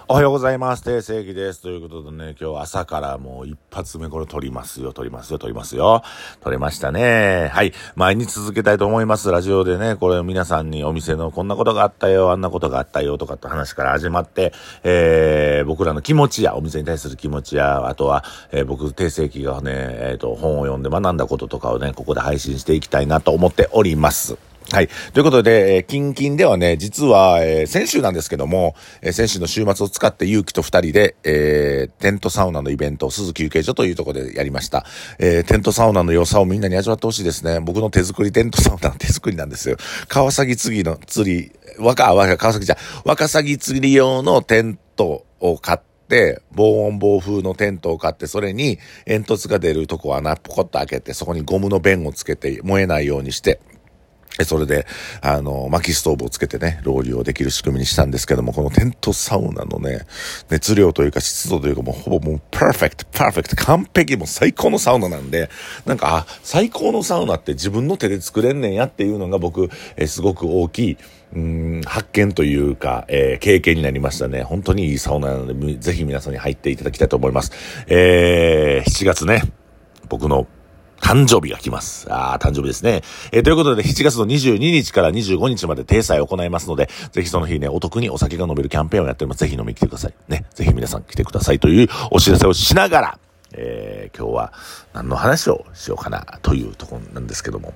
おはようございます。定世紀です。ということでね、今日朝からもう一発目これ撮りますよ。撮れましたね。はい。毎日続けたいと思います。ラジオでね、これ皆さんにお店のこんなことがあったよ、あんなことがあったよとかって話から始まって、僕らの気持ちや、お店に対する気持ちや、あとは、僕、定世紀がね、本を読んで学んだこととかをね、ここで配信していきたいなと思っております。はい。ということで、近々ではね、実は、先週なんですけども、先週の週末を使って勇気と二人で、テントサウナのイベントを鈴休憩所というところでやりました。テントサウナの良さをみんなに味わってほしいですね。僕の手作りテントサウナの手作りなんですよ。ワカサギ釣り用のテントを買って、防音防風のテントを買って、それに煙突が出るとこは穴ポコッと開けて、そこにゴムの弁をつけて燃えないようにして、それで、薪ストーブをつけてね、ロウリュをできる仕組みにしたんですけども、このテントサウナのね、熱量というか湿度というかもうほぼもうパーフェクト、完璧、もう最高のサウナなんで、なんか、最高のサウナって自分の手で作れんねんやっていうのが僕、すごく大きい、発見というか、経験になりましたね。本当にいいサウナなので、ぜひ皆さんに入っていただきたいと思います。7月ね、僕の誕生日が来ます。誕生日ですね。ということで、7月の22日から25日まで体裁を行いますので、ぜひその日ね、お得にお酒が飲めるキャンペーンをやっております。ぜひ飲みに来てください。ね。ぜひ皆さん来てくださいというお知らせをしながら、今日は何の話をしようかなというところなんですけども。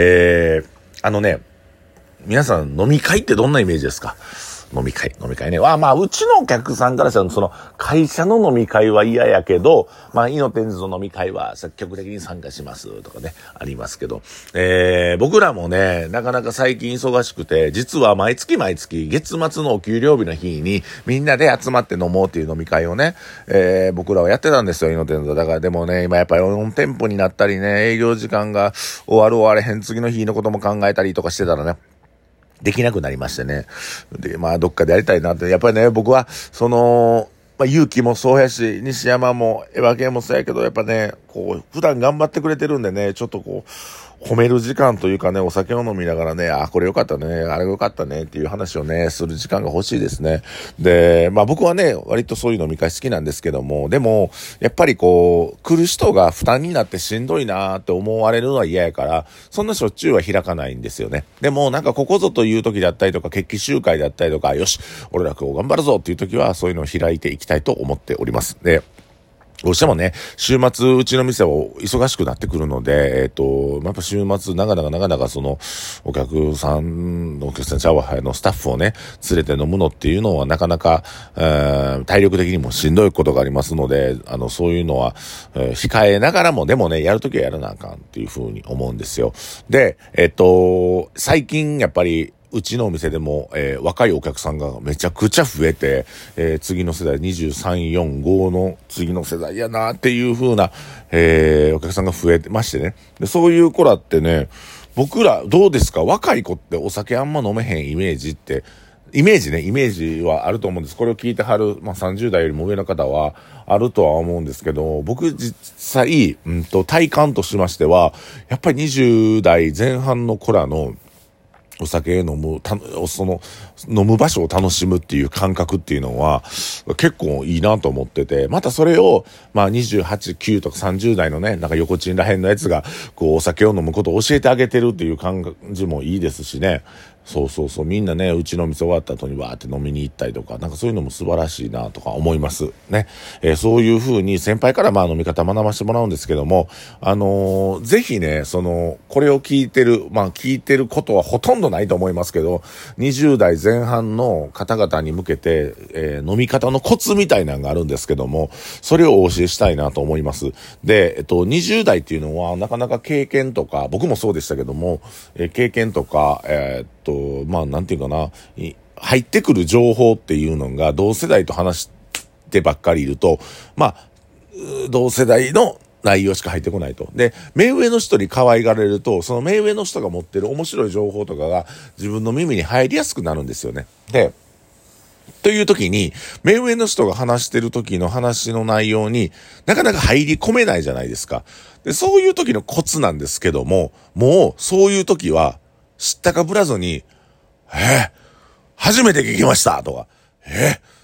皆さん飲み会ってどんなイメージですか？飲み会ね。うちのお客さんからしたら、その、会社の飲み会は嫌やけど、イノテンズの飲み会は積極的に参加しますとかね、ありますけど、僕らもね、なかなか最近忙しくて、実は毎月月末のお給料日の日に、みんなで集まって飲もうっていう飲み会をね、僕らはやってたんですよ、イノテンズ。だからでもね、今やっぱり4店舗になったりね、営業時間が終われへん、次の日のことも考えたりとかしてたらね、できなくなりましてね。で、どっかでやりたいなって。やっぱりね、僕は、勇気もそうやし、西山も、エヴァ系もそうやけど、やっぱね、普段頑張ってくれてるんでね、ちょっと褒める時間というかね、お酒を飲みながらね、これよかったね、あれよかったねっていう話をね、する時間が欲しいですね。で、僕はね、割とそういう飲み会好きなんですけども、でも、やっぱり来る人が負担になってしんどいなーって思われるのは嫌やから、そんなしょっちゅうは開かないんですよね。でも、ここぞという時だったりとか、決起集会だったりとか、よし、俺ら頑張るぞっていう時は、そういうのを開いていきたいと思っております。で、どうしてもね、週末、うちの店は忙しくなってくるので、やっぱ週末、なかなかお客さんちゃうわ、スタッフをね、連れて飲むのっていうのはなかなか、体力的にもしんどいことがありますので、そういうのは、控えながらも、でもね、やるときはやらなあかんっていうふうに思うんですよ。で、最近やっぱり、うちのお店でも、若いお客さんがめちゃくちゃ増えて、次の世代23、4、5の次の世代やなっていう風な、お客さんが増えてましてね。で、そういう子らってね、僕らどうですか？若い子ってお酒あんま飲めへんイメージはあると思うんです。これを聞いてはる、30代よりも上の方はあるとは思うんですけど、僕実際、体感としましては、やっぱり20代前半の子らのお酒飲む場所を楽しむっていう感覚っていうのは結構いいなと思ってて、またそれを、28、9とか30代のね、横チンらへんのやつが、お酒を飲むことを教えてあげてるっていう感じもいいですしね。そうみんなね、うちの店終わった後にわーって飲みに行ったりとか、そういうのも素晴らしいなとか思いますね。そういう風に先輩から飲み方学ばしてもらうんですけども、ぜひね、これを聞いてることはほとんどないと思いますけど、20代前半の方々に向けて、飲み方のコツみたいなのがあるんですけども、それをお教えしたいなと思います。で、20代っていうのはなかなか経験とか、僕もそうでしたけども、経験とか、なんていうかな、入ってくる情報っていうのが同世代と話してばっかりいると、同世代の内容しか入ってこないと。で、目上の人に可愛がられると、その目上の人が持ってる面白い情報とかが自分の耳に入りやすくなるんですよね。で、という時に、目上の人が話してる時の話の内容になかなか入り込めないじゃないですか。で、そういう時のコツなんですけども、もうそういう時は知ったかぶらずに、初めて聞きましたとか、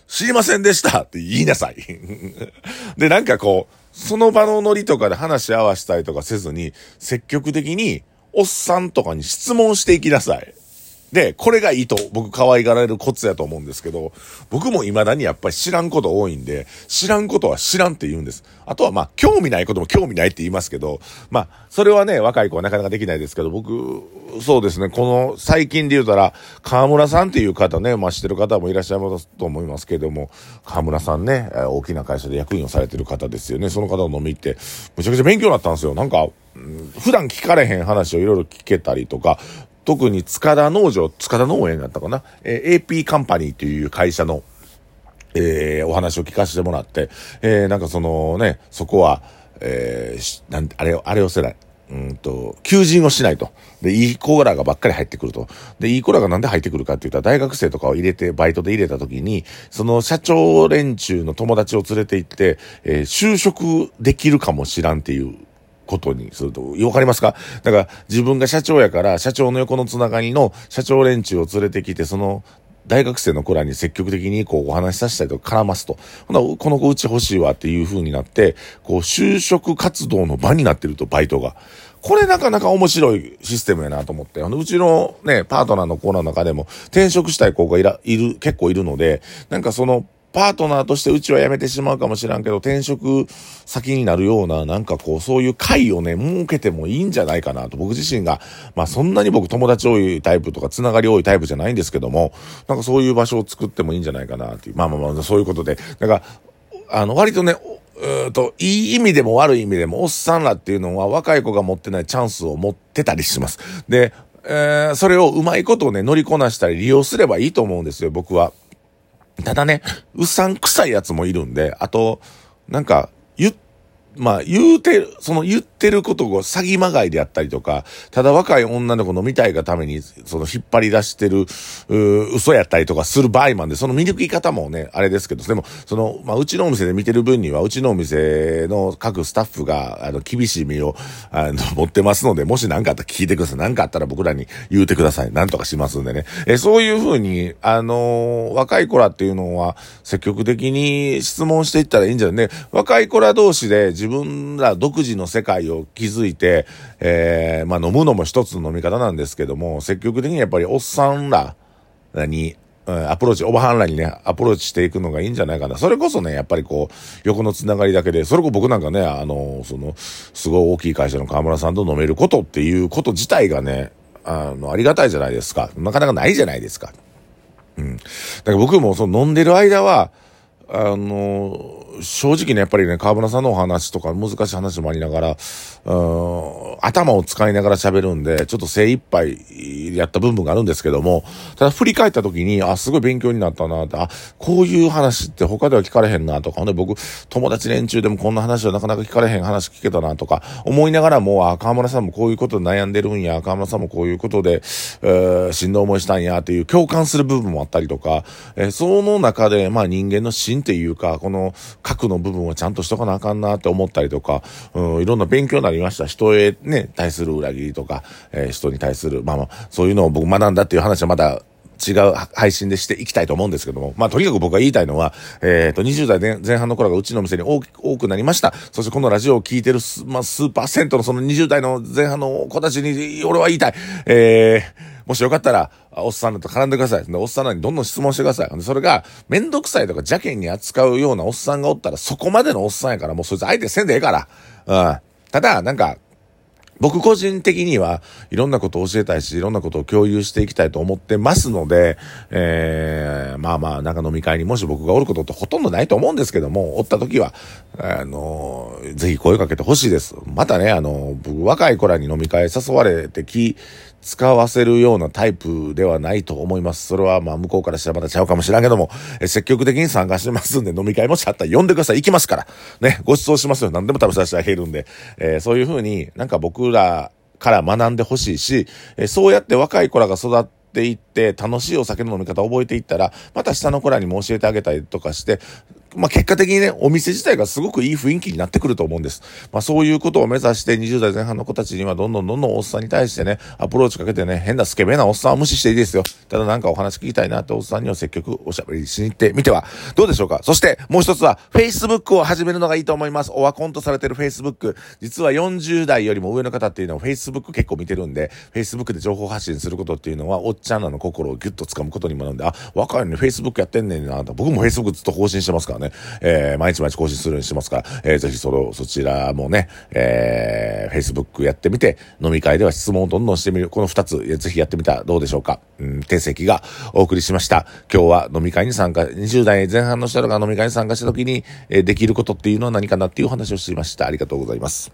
知りませんでしたって言いなさい。で、なんかこう、その場のノリとかで話し合わしたりとかせずに、積極的に、おっさんとかに質問していきなさい。で、これがいいと僕可愛がられるコツやと思うんですけど、僕も未だにやっぱり知らんこと多いんで、知らんことは知らんって言うんです。あとはまあ、興味ないことも興味ないって言いますけど、まあ、それはね、若い子はなかなかできないですけど、僕、そうですね、この最近で言うたら、河村さんっていう方ね、まあ知ってる方もいらっしゃいますと思いますけども、河村さんね、大きな会社で役員をされてる方ですよね。その方の飲み行って、むちゃくちゃ勉強になったんですよ。なんか、普段聞かれへん話をいろいろ聞けたりとか、特に塚田農園だったかな、AP カンパニーという会社の、お話を聞かせてもらって、なんかそのね、そこは、あれをせない。求人をしないと。で、いい子らがばっかり入ってくると。で、いい子らがなんで入ってくるかって言ったら、大学生とかを入れて、バイトで入れた時に、その社長連中の友達を連れて行って、就職できるかもしらんっていうことにすると、わかりますか？だから自分が社長やから、社長の横のつながりの社長連中を連れてきて、その大学生の子らに積極的にこうお話しさせたりとか絡ますと。ほな、この子うち欲しいわっていう風になって、こう就職活動の場になってると、バイトが。これなかなか面白いシステムやなと思って。うちのね、パートナーの子の中でも転職したい子が結構いるので、なんかその、パートナーとしてうちは辞めてしまうかもしらんけど、転職先になるような、なんかこう、そういう会をね、設けてもいいんじゃないかなと。僕自身が、まあそんなに僕友達多いタイプとか、つながり多いタイプじゃないんですけども、なんかそういう場所を作ってもいいんじゃないかなっていう。まあ、そういうことで。だから、割とね、いい意味でも悪い意味でも、おっさんらっていうのは若い子が持ってないチャンスを持ってたりします。で、それをうまいことをね、乗りこなしたり利用すればいいと思うんですよ、僕は。ただね、うさんくさいやつもいるんで、あと、なんか、言ってることが詐欺まがいであったりとか、ただ若い女の子飲みたいがために、引っ張り出してる、嘘やったりとかする場合もあるんで、その見抜き方もね、あれですけど、でも、うちのお店で見てる分には、うちのお店の各スタッフが、厳しい目を、持ってますので、もし何かあったら聞いてください。何かあったら僕らに言うてください。何とかしますんでね。そういうふうに、若い子らっていうのは、積極的に質問していったらいいんじゃないね。若い子ら同士で、自分ら独自の世界を築いて、飲むのも一つの飲み方なんですけども、積極的にやっぱりおっさんらに、おばはんらにね、アプローチしていくのがいいんじゃないかな。それこそね、やっぱりこう、横のつながりだけで、それこそ僕なんかね、すごい大きい会社の河村さんと飲めることっていうこと自体がね、ありがたいじゃないですか。なかなかないじゃないですか。だから僕も飲んでる間は、正直ね、やっぱりね、河村さんのお話とか難しい話もありながら、頭を使いながら喋るんで、ちょっと精一杯やった部分があるんですけども、ただ振り返った時に、すごい勉強になったなって、こういう話って他では聞かれへんなとか、僕、友達連中でもこんな話はなかなか聞かれへん話聞けたなとか、思いながらも、河村さんもこういうことで悩んでるんや、河村さんもこういうことで、しんどい思いしたんやっていう共感する部分もあったりとか、その中で、人間の芯っていうか、この核の部分はちゃんとしとかなあかんなって思ったりとか、いろんな勉強になりました。人へね、対する裏切りとか、人に対する、そういうのを僕学んだっていう話はまた違う配信でしていきたいと思うんですけども、とにかく僕が言いたいのは、20代前半の頃がうちの店に多くなりました。そしてこのラジオを聞いてる数パーセントのその20代の前半の子たちに、俺は言いたい。もしよかったら、おっさんらと絡んでください。おっさんらにどんどん質問してください。それが、めんどくさいとか邪険に扱うようなおっさんがおったら、そこまでのおっさんやから、もうそいつ相手せんでええから。ただ、なんか、僕個人的にはいろんなことを教えたいし、いろんなことを共有していきたいと思ってますので、なんか飲み会にもし僕がおることってほとんどないと思うんですけども、おった時は、ぜひ声かけてほしいです。またね、僕若い子らに飲み会誘われて気使わせるようなタイプではないと思います。それは向こうからしたらまたちゃうかもしれんけども、積極的に参加してますんで、飲み会もしあったら呼んでください。行きますから。ね、ご馳走しますよ。何でも食べさせてあげるんで、そういう風になんか僕らから学んでほしいし、そうやって若い子らが育っていって楽しいお酒の飲み方を覚えていったら、また下の子らにも教えてあげたりとかして、 結果的にね、お店自体がすごくいい雰囲気になってくると思うんです。そういうことを目指して20代前半の子たちにはどんどんおっさんに対してね、アプローチかけてね、変なスケベなおっさんは無視していいですよ。ただなんかお話聞きたいなっておっさんには積極おしゃべりしに行ってみてはどうでしょうか。そしてもう一つは Facebook を始めるのがいいと思います。オワコンとされてる Facebook。実は40代よりも上の方っていうのは Facebook 結構見てるんで、Facebook で情報発信することっていうのはおっちゃんらの心をギュッと掴むことにもなるんで、若いのに Facebook やってんねんな。僕も Facebook ずっと更新してますからね。毎日更新するようにしてますから、ぜひそちらもね、Facebook やってみて、飲み会では質問をどんどんしてみる。この2つ、ぜひやってみたらどうでしょうか。定石がお送りしました。今日は飲み会に参加、20代前半の人が飲み会に参加した時に、できることっていうのは何かなっていうお話をしていました。ありがとうございます。